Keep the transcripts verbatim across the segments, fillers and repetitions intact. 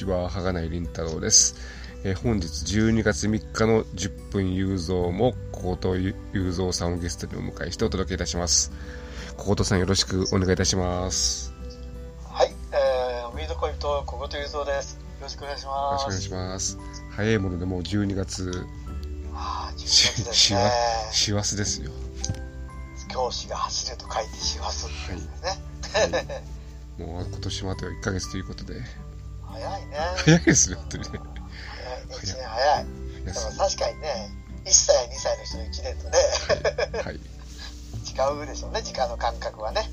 ちは、はがないりんたろうです。えー、本日じゅうにがつみっかのじゅっぷん有造も小言有造さんをゲストにお迎えしてお届けいたします。小言さん、よろしくお願いいたします。 はい、えー、ウィード恋人小言有造です。よろしくお願いします。 よろしくお願いします。早いものでもうじゅうにがつ、 ああ、じゅうにがつですね。 師走ですよ。 教師が走ると書いて師走ですね。 はいはい、もう今年もあといっかげつということで。 早いね。 早いですね、本当にね。 早い、いちねん早い。でも確かにね、いっさいやにさいの人のいちねんとね、はいはい、違うでしょうね、時間の感覚はね。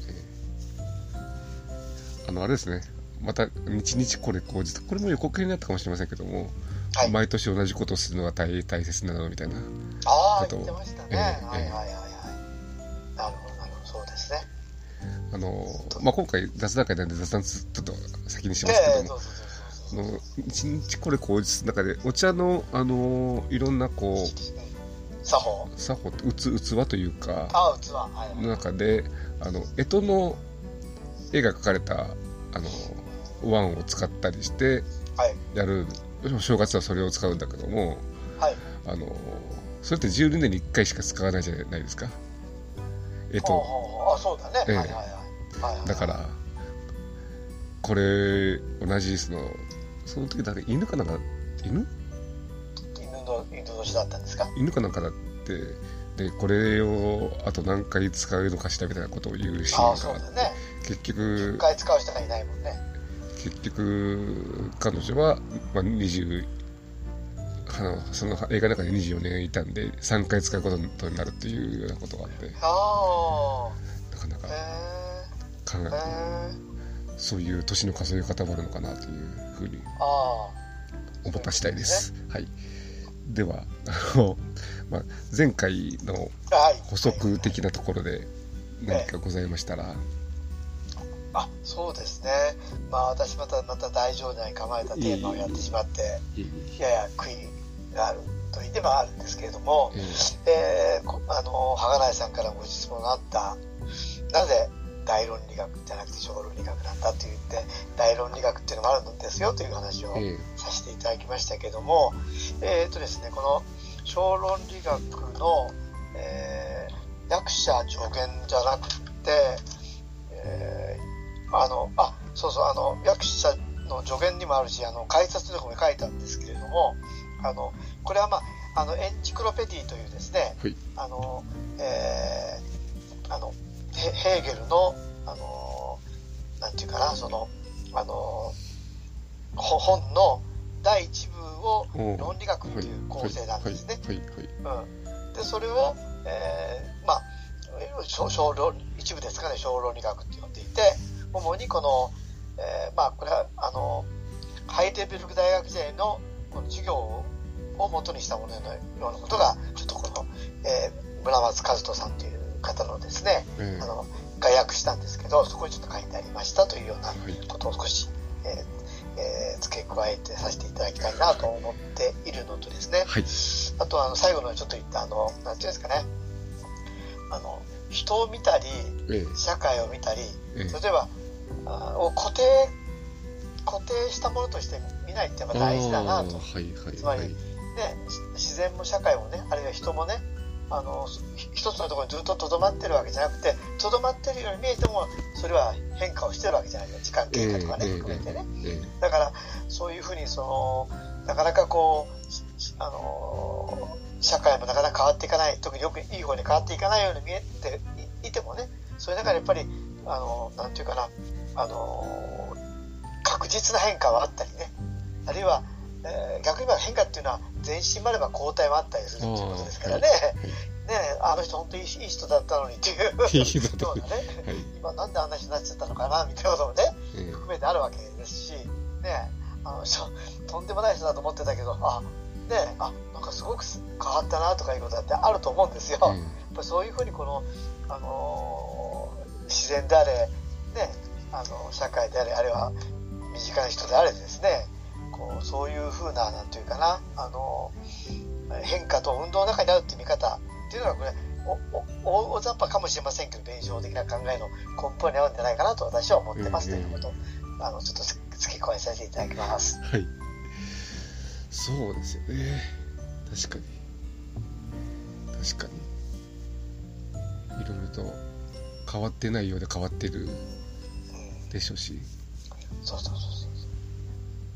えー、あの、あれですね、また日々これこう、これも予告編になったかもしれませんけども、はい、毎年同じことをするのが 大, 大切なのみたいなああ言ってましたね、えー、はいはいはいはい、 えー、 なるほどなるほど、そうですね。 あの、まあ、今回雑談会なんで雑談ちょっと先にしますけども、えー、そうそうそうそう、あの一日これ口実の中でお茶のあのいろんなこう作法作法ってうつ器というか、 あ器、はい、 の中であの干支の絵が描かれたあのワンを使ったりしてやる、はい、正月はそれを使うんだけども、はい、あのそれってじゅうにねんにいっかいしか使わないじゃないですか。 えと、あ、そうだね、ええ、はいはいはいはい、 だからこれ同じそのその時だけ犬かなんか犬犬の犬年だったんですか。 犬かなんかだってでこれをあと何回使うのかしらみたいなことを言うシーンがあって、あ、そうだね、 結局じゅっかい使う人がいないもんね。 結局彼女は、まあ、にじゅうあのその映画の中でにじゅうよねんいたんでさんかい使うことになるっていうようなことがあって、 あなかなか考えて、そういう年の数え方もあるのかなというふうに思った次第です。はい。ではあの、まあ、前回の補足的なところで何かございましたら、はいはいはい、 あ、そうですね。まあ私またまた大丈夫に構えたテーマをやってしまって、やや悔いがあると言ってもあるんですけれども、えー、あのはがないさんからご質問があった、なぜ大論理学じゃなくて小論理学なんだと言って大論理学っていうのもあるんですよという話をさせていただきましたけども、えーとですね、この小論理学の、えー、役者助言じゃなくて、えー、あのあそうそうあの役者の助言にもあるし、あの解説力も書いたんですけれども、あのこれはまああのエンチクロペディというですね、はい、あの、えー、あのヘーゲルのあのなんていうかな、そのあの本の第一部を論理学という構成なんですね。でそれを、えー、まあ小小論一部ですかね、小論理学って呼んでいて、主にこの、えー、まあこれはあのハイデベルク大学時代のこの授業を元にしたもののようなことがちょっとこの、えー、村松和人さんという方のですね、うん、あの概訳したんですけど、そこにちょっと書いてありましたというようなことを少し、はい、えーえー、付け加えてさせていただきたいなと思っているのとですね、はい、あとあの最後のちょっと言ったあのなんていうんですかね、あの人を見たり、ええ、社会を見たり、ええ、例えばあを固定固定したものとして見ないってやっぱ大事だなと、はいはいはい、つまり、ね、自然も社会もね、あるいは人もね、あの一つのところにずっととどまってるわけじゃなくて、とどまってるように見えてもそれは変化をしてるわけじゃないですか、時間経過とかね、えー、含めてね、えーえー、だからそういうふうにそのなかなかこうあの社会もなかなか変わっていかない、特によくいい方に変わっていかないように見えていてもね、それだからやっぱりあのなんていうかな、あの確実な変化はあったりね、あるいはえー、逆に言えば変化っていうのは前進もあれば後退もあったりするっていうことですからね、はい、ね、あの人本当にいい人だったのにっていういい人だったのね、はい、今なんであんな人になっちゃったのかなみたいなこともね、うん、含めてあるわけですし、ね、あの人とんでもない人だと思ってたけど、あ、ね、あ、なんかすごく変わったなとかいうことだってあると思うんですよ、うん、やっぱりそういうふうにこの、あのー、自然であれ、ね、あの社会であれ、あるいは身近な人であれですね、そういう風な、なんていうかな、あの変化と運動の中にあるっていう見方っていうのがこれおお大雑把かもしれませんけど、弁証的な考えの根本にあるんじゃないかなと私は思ってます、うん、ということをあのちょっと付け講演させていただきます。 はい。そうですよね。確かに。確かに。いろいろと変わってないようで変わってるでしょうし。うん、 そうそうそうそう。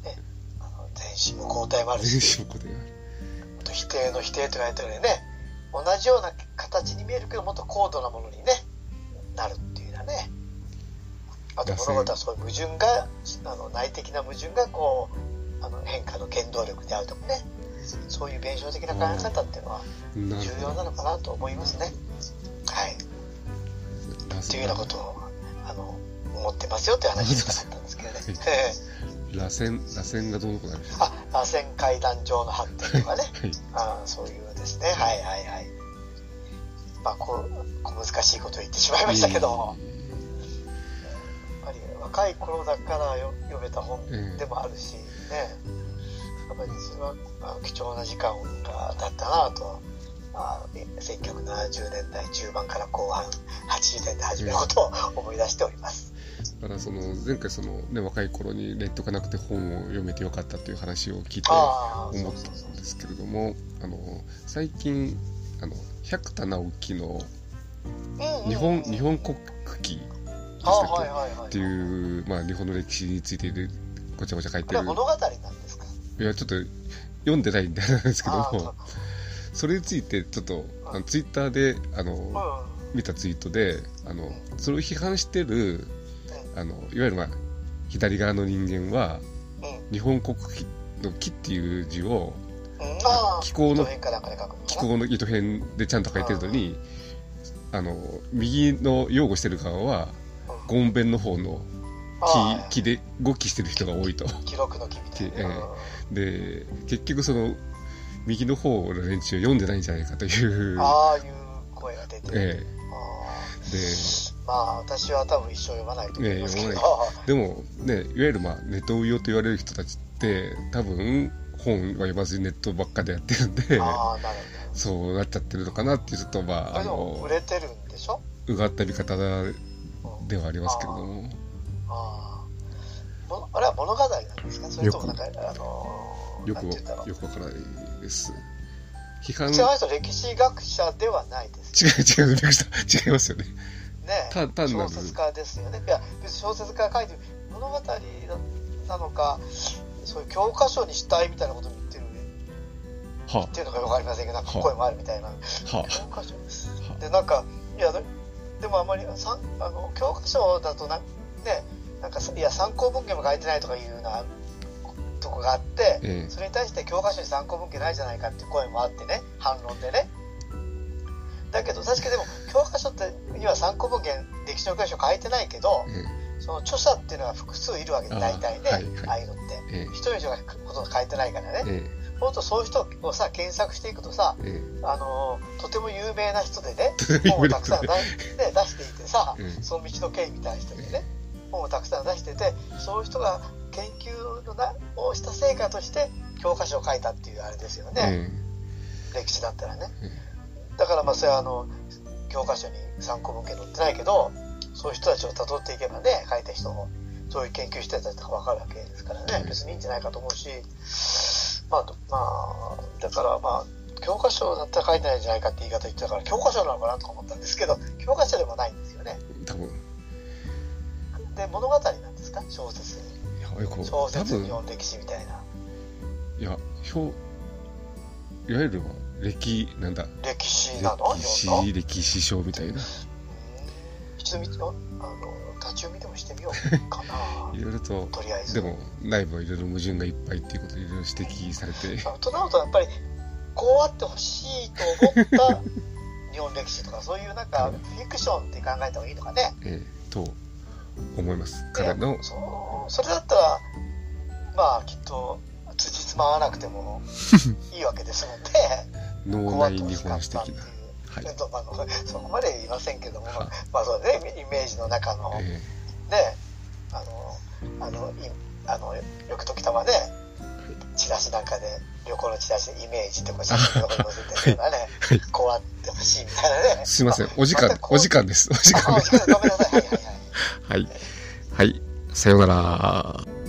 ね、あの前進も後退もあるし。 前進も後退もある。 否定の否定と言われたようにね、同じような形に見えるけどもっと高度なものにねなるっていうのはね。あと物事はそういう矛盾があの内的な矛盾がこうあの変化の原動力であるとかね、そういう弁証的な考え方っていうのは重要なのかなと思いますね。はい。というようなことをあの思ってますよという話をしたかったんですけどね。 螺旋螺旋がどうのこうなるんですか。あ、螺旋階段状の発展とかね。はい、あ、そういうですね。はいはいはい。まあこう、こう難しいことを言ってしまいましたけど。やっぱり若い頃だから読めた本でもあるしね、やっぱりそれは貴重な時間がだったなと、まあ、せんきゅうひゃくななじゅうねんだい中盤から後半はちじゅうねんだい初めのことを思い出しております。 だからその前回その、ね、若い頃にネットがなくて本を読めてよかったという話を聞いて思ったんですけれども、あの最近あの百田直樹の日本、日本国旗っていう、まあ、日本の歴史についてごちゃごちゃ書いてる。 これは物語なんですか？ いやちょっと読んでないんですけども、それについてちょっとあのツイッターであの、うん、見たツイートであの、うん、それを批判してるあのいわゆる、まあ、左側の人間は、うん、日本国旗の木っていう字を、うん、気候の気候の糸辺でちゃんと書いてるのに、あの右の擁護してる側はゴンベンの方の木, 木で語記してる人が多いと。 記録の木みたいな、えー、で結局その右の方の連中を読んでないんじゃないかというああいう声が出てる、 えー、でまあ私は多分一生読まないと思いますけど、ね、 でもねいわゆるまあネット運用と言われる人たちって多分本は読まずにネットばっかでやってるんで、あなるほどそうなっちゃってるのかなっていうちょっとまああの売れてるんでしょ、 うがった見方ではありますけれども、うん、 あああれは物語なんですか？それともなんかあのよくよくわからないです。批判違う人歴史学者ではないです、 ね、違う違う違いますよね。 ねた単なる小説家ですよね。いや別に小説家が書いてる物語なのかそういう教科書にしたいみたいなことを言ってる、はあ、言ってるのかよくわかりませんけどなんか声もあるみたいな、はあ、教科書です、はあ、でなんかいやでもあまりさあの教科書だとなねなんかいや参考文献も書いてないとかいうようなとこがあって、ええ、それに対して教科書に参考文献ないじゃないかっていう声もあってね反論でね。だけど確かにでも教科書ってには参考文献歴史の教科書書いてないけど、ええ、その著者っていうのは複数いるわけで大体ね あ,、はいはい、ああいうのって一人以上がほとんど書いてないからね、ええ、ほんとそういう人をさ検索していくとさ、ええ、あのとても有名な人でね本をたくさん出していてさ、ええ、その道の経緯みたいな人でね、ええ、本をたくさん出しててそういう人が研究のなをした成果として教科書を書いたっていうあれですよね、ええ、歴史だったらね、ええ、だからまあそれはあの教科書に参考文献載ってないけどそういう人たちを辿っていけばね書いた人もそういう研究してたりとか分かるわけですからね、別にいいんじゃないかと思うし、まあ、まあだからまあ教科書だったら書いてないんじゃないかって言い方言ってたから教科書なのかなとか思ったんですけど教科書でもないんですよね多分で物語なんですか小説小説日本歴史みたいな。 いや表いわゆる歴なんだ歴史なの歴史歴史書みたいな。 一度見てあの立ち読みでもしてみようかな。 いろいろととりあえずでも内部はいろいろ矛盾がいっぱいっていうことでいろいろ指摘されて。 となるとやっぱりこうあってほしいと思った日本歴史とかそういうなんかフィクションって考えた方がいいのかね。 ええと思います。彼のそうそれだったらまあきっと辻褄合わなくてもいいわけですので脳内日本史的な、 はい、まあ、そこまで言いませんけども、はまあそうねイメージの中の、えー、ねあのあのいあのよく時たまね、はい、チラシなんかで旅行のチラシでイメージってこう写真のとこに載せてるようなね、はい、こうあってほしいみたいなね。 すいませんお時間、ま、お時間ですお時間です。 ごめんなさいはいはいはいはい、はい、さようなら。